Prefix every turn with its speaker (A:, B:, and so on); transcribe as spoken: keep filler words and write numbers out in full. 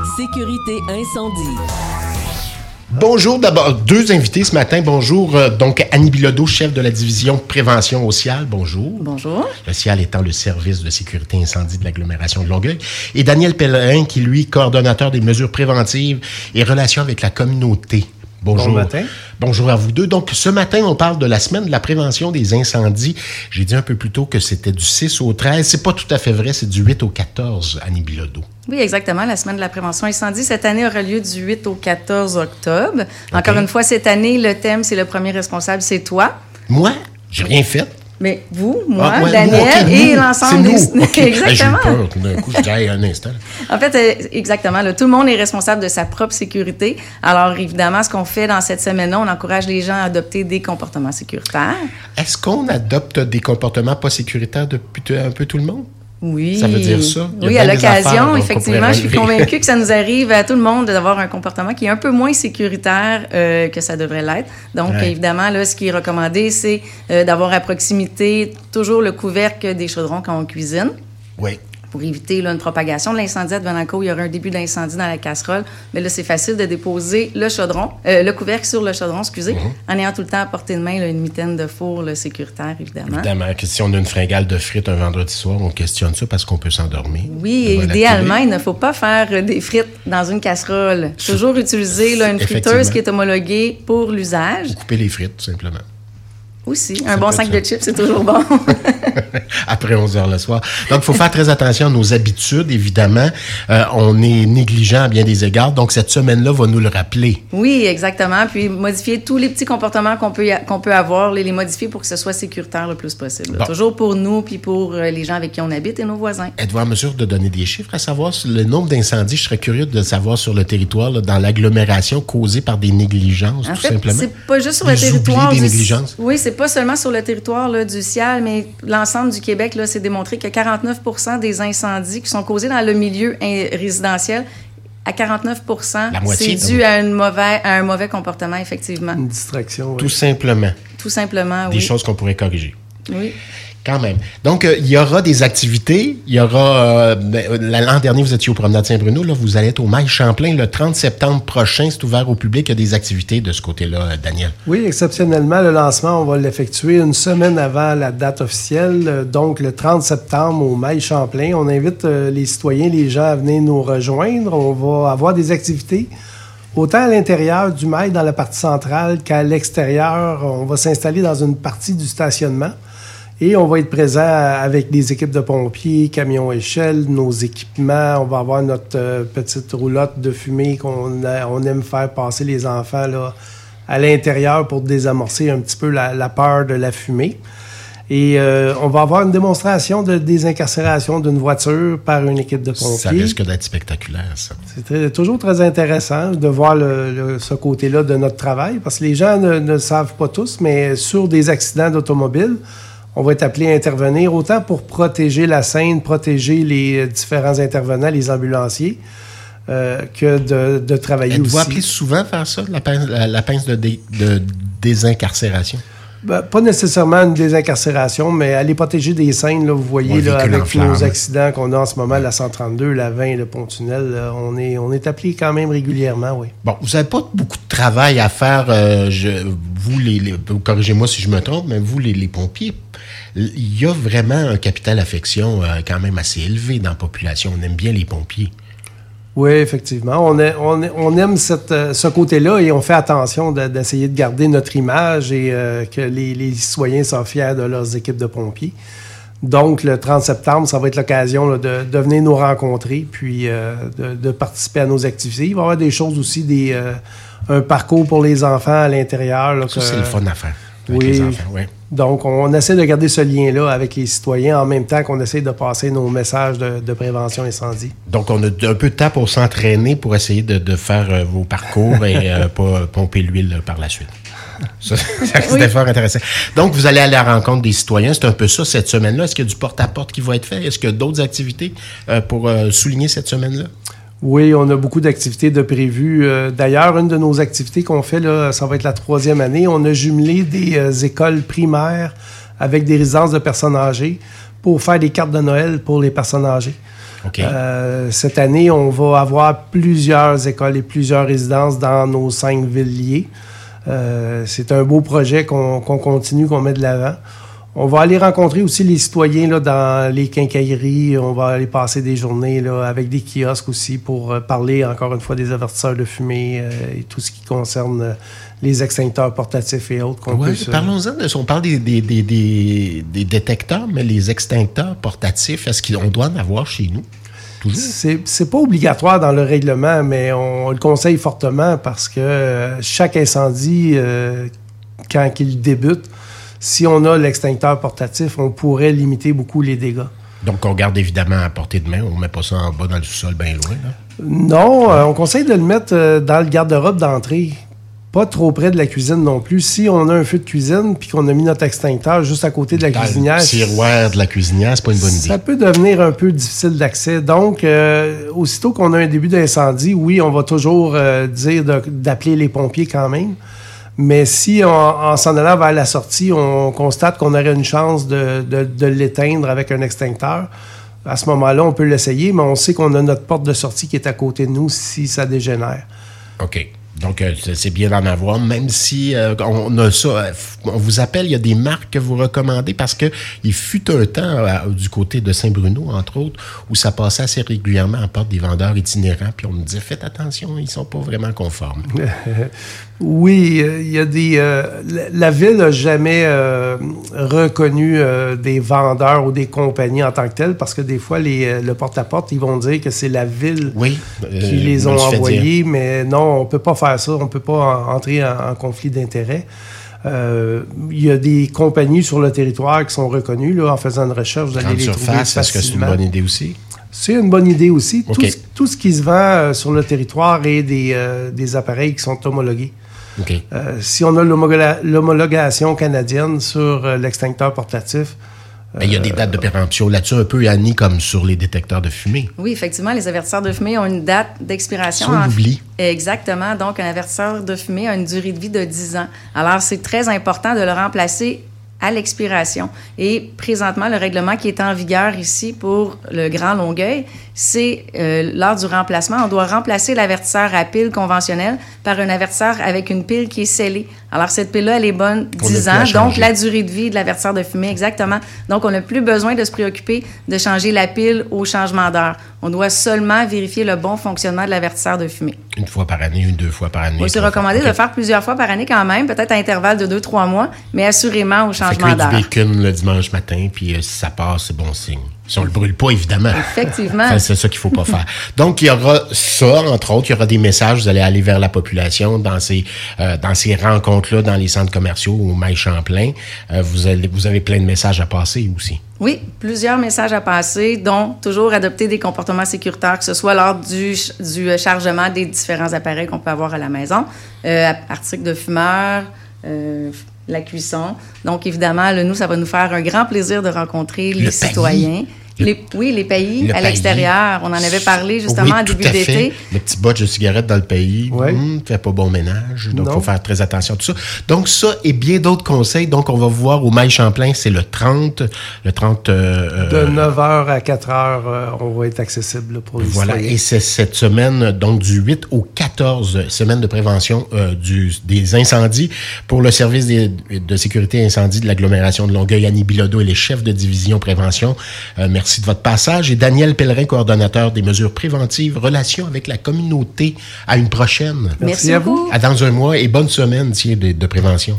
A: Sécurité incendie.
B: Bonjour, d'abord, deux invités ce matin. Bonjour, euh, donc Annie Bilodeau, chef de la division prévention au C I A L. Bonjour.
C: Bonjour.
B: Le C I A L étant le service de sécurité incendie de l'agglomération de Longueuil. Et Daniel Pellerin, qui lui, coordonnateur des mesures préventives et relations avec la communauté. Bonjour.
D: Bon matin.
B: Bonjour à vous deux. Donc, ce matin, on parle de la semaine de la prévention des incendies. J'ai dit un peu plus tôt que c'était du six au treize. C'est pas tout à fait vrai, c'est du huit au quatorze, Annie Bilodeau.
C: Oui, exactement. La semaine de la prévention incendie, cette année, aura lieu du huit au quatorze octobre. Encore okay. une fois, cette année, le thème, c'est le premier responsable, c'est toi.
B: Moi? J'ai rien fait.
C: Mais vous, moi, ah, ouais,
B: nous,
C: Daniel
B: okay,
C: et
B: nous,
C: l'ensemble des...
B: Okay.
C: Exactement.
B: Hey, j'ai eu peur, tout d'un coup, je dis hey, un instant.
C: En fait, euh, exactement. Là, tout le monde est responsable de sa propre sécurité. Alors, évidemment, ce qu'on fait dans cette semaine-là, on encourage les gens à adopter des comportements sécuritaires.
B: Est-ce qu'on adopte des comportements pas sécuritaires depuis un peu tout le monde?
C: Oui.
B: Ça veut dire ça?
C: Oui, à l'occasion, effectivement, je suis convaincue que ça nous arrive à tout le monde d'avoir un comportement qui est un peu moins sécuritaire euh, que ça devrait l'être. Donc, ouais. évidemment, là, ce qui est recommandé, c'est euh, d'avoir à proximité toujours le couvercle des chaudrons quand on cuisine.
B: Oui.
C: Pour éviter là, une propagation de l'incendie. Advenant qu'au, il y aurait un début d'incendie dans la casserole. Mais là, c'est facile de déposer le chaudron, euh, le couvercle sur le chaudron, excusez, mm-hmm. en ayant tout le temps à portée de main là, une mitaine de four là, sécuritaire, évidemment.
B: Évidemment. Si on a une fringale de frites un vendredi soir, on questionne ça parce qu'on peut s'endormir.
C: Oui, et idéalement, il ne faut pas faire des frites dans une casserole. Toujours utiliser là, une friteuse qui est homologuée pour l'usage.
B: Ou couper les frites, tout simplement.
C: Aussi. Un bon sac de chips, c'est toujours bon.
B: Après onze heures le soir. Donc, il faut faire très attention à nos habitudes, évidemment. Euh, on est négligent à bien des égards. Donc, cette semaine-là va nous le rappeler.
C: Oui, exactement. Puis, modifier tous les petits comportements qu'on peut, qu'on peut avoir, les, les modifier pour que ce soit sécuritaire le plus possible. Bon. Toujours pour nous, puis pour les gens avec qui on habite et nos voisins.
B: Êtes-vous en mesure de donner des chiffres à savoir sur le nombre d'incendies? Je serais curieux de savoir sur le territoire, là, dans l'agglomération, causés par des négligences,
C: en
B: tout
C: fait,
B: simplement.
C: c'est pas juste sur
B: des
C: le territoire.
B: Oublis, des
C: du...
B: négligences.
C: Oui, c'est pas seulement sur le territoire là, du C I A L, mais l'ensemble du Québec, là, c'est démontré que quarante-neuf pour cent des incendies qui sont causés dans le milieu résidentiel, à quarante-neuf pour cent, c'est dû à, une mauvais, à un mauvais comportement, effectivement.
D: Une distraction, oui.
B: Tout simplement.
C: Tout simplement,
B: des
C: oui.
B: Des choses qu'on pourrait corriger.
C: Oui.
B: Quand même. Donc, euh, il y aura des activités. Il y aura... Euh, l'an dernier, vous étiez au Promenade Saint-Bruno. Là, vous allez être au Mail Champlain le trente septembre prochain. C'est ouvert au public. Il y a des activités de ce côté-là, Daniel.
D: Oui, exceptionnellement, le lancement, on va l'effectuer une semaine avant la date officielle. Donc, le trente septembre au Mail Champlain. On invite euh, les citoyens, les gens à venir nous rejoindre. On va avoir des activités autant à l'intérieur du Mail, dans la partie centrale, qu'à l'extérieur. On va s'installer dans une partie du stationnement. Et on va être présent avec des équipes de pompiers, camions échelles, nos équipements. On va avoir notre euh, petite roulotte de fumée qu'on a, on aime faire passer les enfants là, à l'intérieur pour désamorcer un petit peu la, la peur de la fumée. Et euh, on va avoir une démonstration de désincarcération d'une voiture par une équipe de pompiers.
B: Ça risque d'être spectaculaire, ça.
D: C'est très, toujours très intéressant de voir le, le, ce côté-là de notre travail, parce que les gens ne, ne le savent pas tous, mais sur des accidents d'automobile, on va être appelé à intervenir autant pour protéger la scène, protéger les différents intervenants, les ambulanciers, euh, que de, de travailler
B: Êtes-vous
D: aussi.
B: Êtes-vous appelé souvent faire ça, la pince, la, la pince de, dé, de désincarcération? Ben,
D: pas nécessairement une désincarcération, mais aller protéger des scènes, là, vous voyez, là, avec nos accidents qu'on a en ce moment, la cent trente-deux, la vingt, le Pont-Tunnel, là, on est, on est appelé quand même régulièrement, oui.
B: Bon, vous n'avez pas beaucoup de travail à faire, euh, je, vous, les, les, corrigez-moi si je me trompe, mais vous, les, les pompiers, il y a vraiment un capital affection euh, quand même assez élevé dans la population. On aime bien les pompiers.
D: Oui, effectivement. On, est, on, est, on aime cette, ce côté-là et on fait attention de, d'essayer de garder notre image et euh, que les, les citoyens soient fiers de leurs équipes de pompiers. Donc, le trente septembre, ça va être l'occasion là, de, de venir nous rencontrer puis euh, de, de participer à nos activités. Il va y avoir des choses aussi, des, euh, un parcours pour les enfants à l'intérieur. Là,
B: ça,
D: que,
B: c'est le fun à faire avec
D: oui,
B: les enfants, oui.
D: Donc, on essaie de garder ce lien-là avec les citoyens en même temps qu'on essaie de passer nos messages de, de prévention incendie.
B: Donc, on a un peu de temps pour s'entraîner pour essayer de, de faire euh, vos parcours et euh, pas pomper l'huile par la suite. Ça, c'est oui. fort intéressant. Donc, vous allez à la rencontre des citoyens. C'est un peu ça cette semaine-là. Est-ce qu'il y a du porte-à-porte qui va être fait? Est-ce qu'il y a d'autres activités euh, pour euh, souligner cette semaine-là?
D: Oui, on a beaucoup d'activités de prévues. Euh, d'ailleurs, une de nos activités qu'on fait, là, ça va être la troisième année. On a jumelé des euh, écoles primaires avec des résidences de personnes âgées pour faire des cartes de Noël pour les personnes âgées.
B: Okay.
D: Euh, cette année, on va avoir plusieurs écoles et plusieurs résidences dans nos cinq villes liées. Euh, c'est un beau projet qu'on, qu'on continue, qu'on met de l'avant. On va aller rencontrer aussi les citoyens là, dans les quincailleries. On va aller passer des journées là, avec des kiosques aussi pour euh, parler encore une fois des avertisseurs de fumée euh, et tout ce qui concerne euh, les extincteurs portatifs et autres. Qu'on
B: ouais,
D: peut se...
B: Parlons-en de ça. On parle des, des, des, des, des détecteurs, mais les extincteurs portatifs, est-ce qu'on doit en avoir chez nous?
D: C'est, c'est pas obligatoire dans le règlement, mais on, on le conseille fortement parce que euh, chaque incendie, euh, quand il débute, si on a l'extincteur portatif, on pourrait limiter beaucoup les dégâts.
B: Donc, on garde évidemment à portée de main. On ne met pas ça en bas dans le sous-sol bien loin, là?
D: Non, euh, on conseille de le mettre euh, dans le garde-robe d'entrée. Pas trop près de la cuisine non plus. Si on a un feu de cuisine puis qu'on a mis notre extincteur juste à côté de la
B: dans
D: cuisinière...
B: le tiroir de la cuisinière, c'est pas une bonne idée.
D: Ça peut devenir un peu difficile d'accès. Donc, euh, aussitôt qu'on a un début d'incendie, oui, on va toujours euh, dire de, d'appeler les pompiers quand même. Mais si, on, en s'en allant vers la sortie, on constate qu'on aurait une chance de, de, de l'éteindre avec un extincteur, à ce moment-là, on peut l'essayer, mais on sait qu'on a notre porte de sortie qui est à côté de nous si ça dégénère.
B: OK. Donc, euh, c'est bien d'en avoir, même si euh, on a ça. Euh, on vous appelle, il y a des marques que vous recommandez parce que il fut un temps euh, du côté de Saint-Bruno, entre autres, où ça passait assez régulièrement en porte des vendeurs itinérants, puis on nous disait, faites attention, ils sont pas vraiment conformes.
D: Oui, il y a des... Euh, la, la Ville n'a jamais euh, reconnu euh, des vendeurs ou des compagnies en tant que telles, parce que des fois, les, le porte-à-porte, ils vont dire que c'est la Ville
B: oui,
D: qui
B: euh,
D: les ont envoyés, mais non, on peut pas faire ça, on peut pas en, entrer en, en conflit d'intérêts. Euh, il y a des compagnies sur le territoire qui sont reconnues, là, en faisant une recherche, vous allez les trouver facilement.
B: Est-ce que c'est une bonne idée aussi?
D: C'est une bonne idée aussi.
B: Okay.
D: Tout, tout ce qui se vend euh, sur le territoire est des, euh, des appareils qui sont homologués.
B: Okay.
D: Euh, si on a l'homoga- l'homologation canadienne sur euh, l'extincteur portatif...
B: Ben, il y a des dates de péremption là-dessus, un peu, Annie, comme sur les détecteurs de fumée.
C: Oui, effectivement, les avertisseurs de fumée ont une date d'expiration.
B: Ça, on l'oublie.
C: Exactement. Donc, un avertisseur de fumée a une durée de vie de dix ans. Alors, c'est très important de le remplacer à l'expiration. Et présentement, le règlement qui est en vigueur ici pour le Grand Longueuil, c'est euh, lors du remplacement, on doit remplacer l'avertisseur à pile conventionnel par un avertisseur avec une pile qui est scellée. Alors, cette pile-là, elle est bonne dix ans, donc la durée de vie de l'avertisseur de fumée, exactement. Donc, on n'a plus besoin de se préoccuper de changer la pile au changement d'heure. On doit seulement vérifier le bon fonctionnement de l'avertisseur de fumée.
B: Une fois par année, une, deux fois par année.
C: Oui, c'est recommandé okay. de le faire plusieurs fois par année quand même, peut-être à intervalle de deux, trois mois, mais assurément au changement d'heure.
B: Du bacon le dimanche matin, puis euh, si ça passe, c'est bon signe. Si on le brûle pas, évidemment.
C: Effectivement.
B: Enfin, c'est ça qu'il faut pas faire. Donc, il y aura ça, entre autres. Il y aura des messages. Vous allez aller vers la population dans ces, euh, dans ces rencontres-là, dans les centres commerciaux au Mail Champlain. Euh, vous, allez, vous avez plein de messages à passer aussi.
C: Oui, plusieurs messages à passer, dont toujours adopter des comportements sécuritaires, que ce soit lors du, du chargement des différents appareils qu'on peut avoir à la maison, euh, articles de fumeurs, euh, la cuisson. Donc, évidemment, là, nous, ça va nous faire un grand plaisir de rencontrer les
B: le
C: citoyens. Les, oui, les pays
B: le
C: à
B: pays.
C: l'extérieur. On en avait parlé justement
B: oui,
C: en début
B: tout à
C: d'été.
B: Fait. Le petit botch de cigarette dans le pays,
D: ouais.
B: hum, fait pas bon ménage. Donc, il faut faire très attention à tout ça. Donc, ça et bien d'autres conseils. Donc, on va vous voir au Mail Champlain, c'est le trente. Le trente... Euh,
D: de neuf heures à quatre heures, euh, on va être accessible là, pour les
B: Voilà,
D: citoyens.
B: et c'est cette semaine, donc du huit au quatorze, semaine de prévention euh, du, des incendies pour le service des, de sécurité incendie de l'agglomération de Longueuil. Annie Bilodeau et les chefs de division prévention. Euh, merci de votre passage. Et Daniel Pellerin, coordonnateur des mesures préventives, relations avec la communauté. À une prochaine.
C: Merci, Merci à vous.
B: À dans un mois et bonne semaine tiens, de, de prévention.